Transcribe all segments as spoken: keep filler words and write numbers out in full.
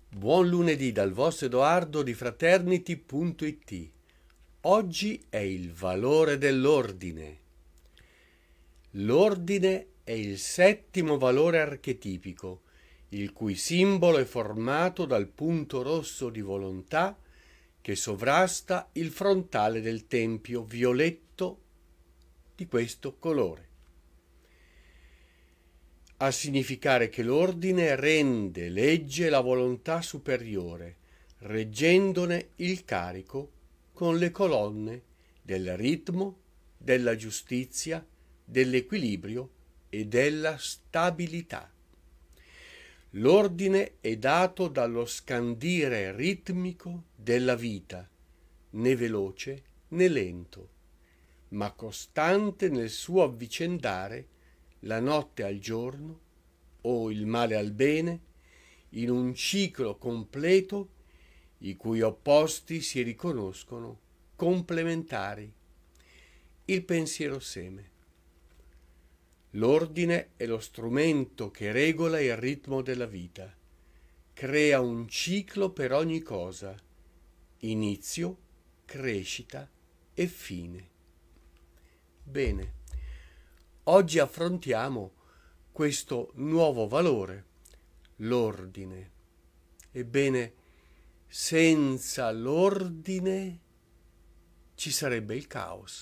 Buon lunedì dal vostro Edoardo di Fraternity punto it. Oggi è il valore dell'ordine. L'ordine è il settimo valore archetipico, il cui simbolo è formato dal punto rosso di volontà che sovrasta il frontale del tempio violetto di questo colore. A significare che l'ordine rende legge la volontà superiore, reggendone il carico con le colonne del ritmo, della giustizia, dell'equilibrio e della stabilità. L'ordine è dato dallo scandire ritmico della vita, né veloce né lento, ma costante nel suo avvicendare la notte al giorno o il male al bene, in un ciclo completo i cui opposti si riconoscono complementari. Il pensiero seme. L'ordine è lo strumento che regola il ritmo della vita, crea un ciclo per ogni cosa, inizio, crescita e fine. Bene. Oggi affrontiamo questo nuovo valore, l'ordine. Ebbene, senza l'ordine ci sarebbe il caos.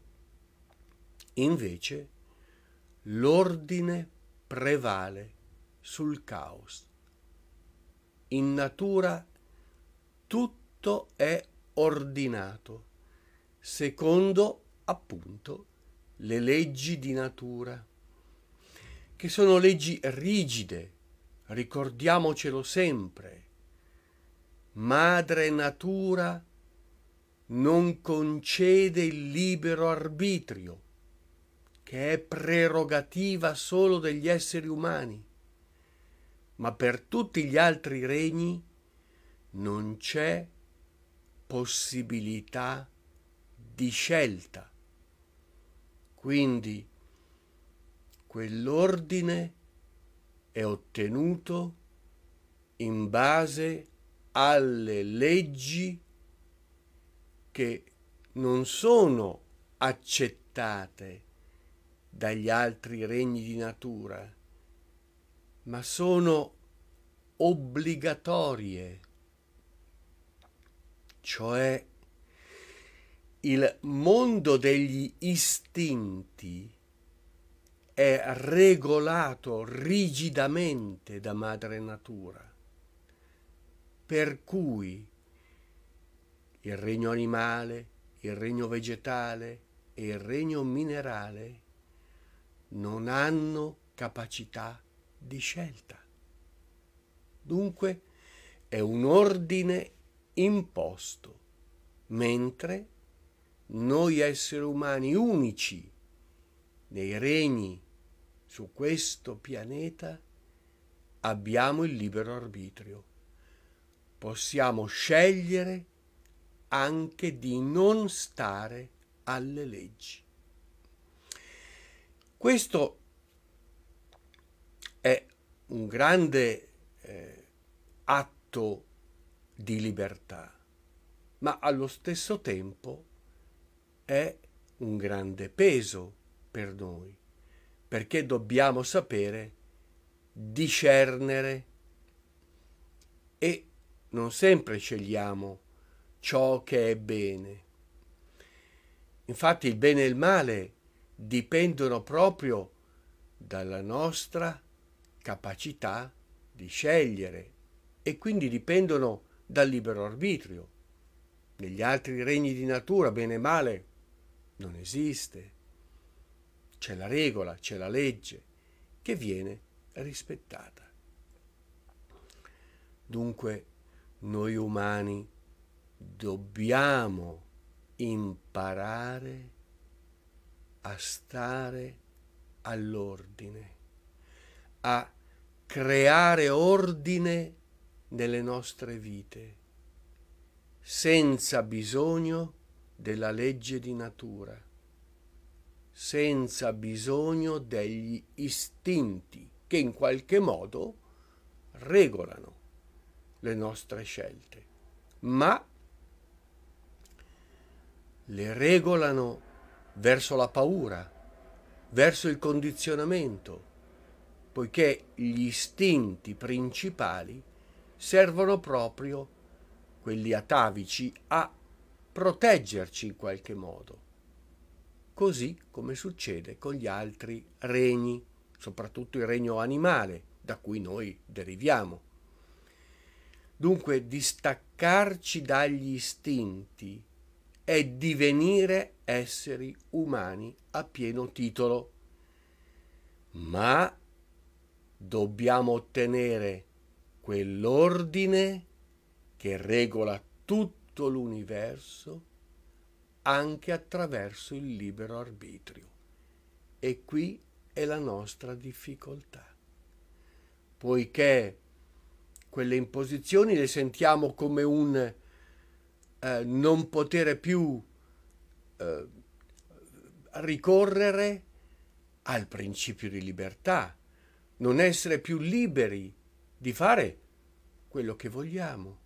Invece, l'ordine prevale sul caos. In natura tutto è ordinato, secondo appunto le leggi di natura, che sono leggi rigide, ricordiamocelo sempre. Madre natura non concede il libero arbitrio, che è prerogativa solo degli esseri umani, ma per tutti gli altri regni non c'è possibilità di scelta. Quindi quell'ordine è ottenuto in base alle leggi che non sono accettate dagli altri regni di natura, ma sono obbligatorie, cioè il mondo degli istinti è regolato rigidamente da madre natura, per cui il regno animale, il regno vegetale e il regno minerale non hanno capacità di scelta. Dunque è un ordine imposto, mentre noi esseri umani unici nei regni su questo pianeta abbiamo il libero arbitrio. Possiamo scegliere anche di non stare alle leggi. Questo è un grande eh, atto di libertà, ma allo stesso tempo è un grande peso per noi, perché dobbiamo sapere discernere e non sempre scegliamo ciò che è bene. Infatti il bene e il male dipendono proprio dalla nostra capacità di scegliere e quindi dipendono dal libero arbitrio. Negli altri regni di natura bene e male non esiste. C'è la regola, c'è la legge che viene rispettata. Dunque noi umani dobbiamo imparare a stare all'ordine, a creare ordine nelle nostre vite, senza bisogno della legge di natura, senza bisogno degli istinti che in qualche modo regolano le nostre scelte, ma le regolano verso la paura, verso il condizionamento, poiché gli istinti principali servono proprio, quelli atavici, a proteggerci in qualche modo, così come succede con gli altri regni, soprattutto il regno animale, da cui noi deriviamo. Dunque, distaccarci dagli istinti è divenire esseri umani a pieno titolo, ma dobbiamo ottenere quell'ordine che regola tutto l'universo anche attraverso il libero arbitrio. E qui è la nostra difficoltà, poiché quelle imposizioni le sentiamo come un eh, non poter più eh, ricorrere al principio di libertà, non essere più liberi di fare quello che vogliamo.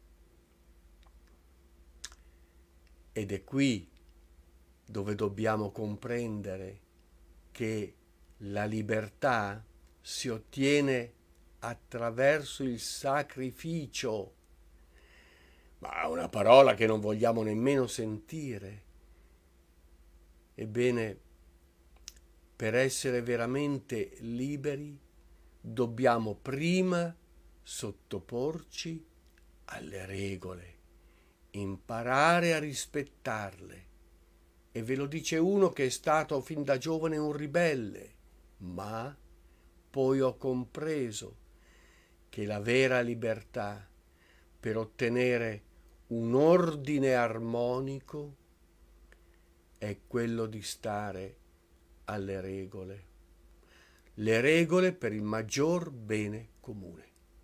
Ed è qui dove dobbiamo comprendere che la libertà si ottiene attraverso il sacrificio, ma è una parola che non vogliamo nemmeno sentire. Ebbene, per essere veramente liberi dobbiamo prima sottoporci alle regole, imparare a rispettarle. E ve lo dice uno che è stato fin da giovane un ribelle, ma poi ho compreso che la vera libertà, per ottenere un ordine armonico, è quello di stare alle regole. Le regole per il maggior bene comune.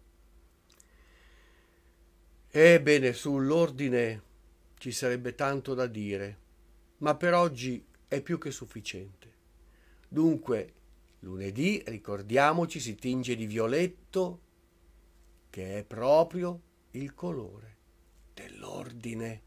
Ebbene, sull'ordine ci sarebbe tanto da dire, ma per oggi è più che sufficiente. Dunque, lunedì, ricordiamoci, si tinge di violetto, che è proprio il colore dell'ordine.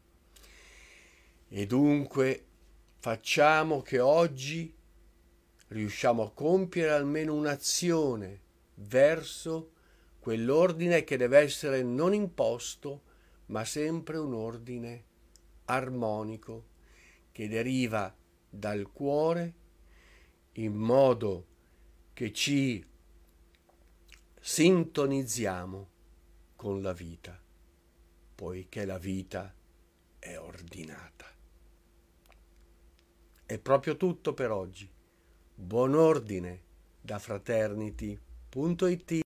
E dunque facciamo che oggi riusciamo a compiere almeno un'azione verso quell'ordine che deve essere non imposto, ma sempre un ordine armonico che deriva dal cuore, in modo che ci sintonizziamo con la vita, poiché la vita è ordinata. È proprio tutto per oggi. Buon ordine da fraternity punto it.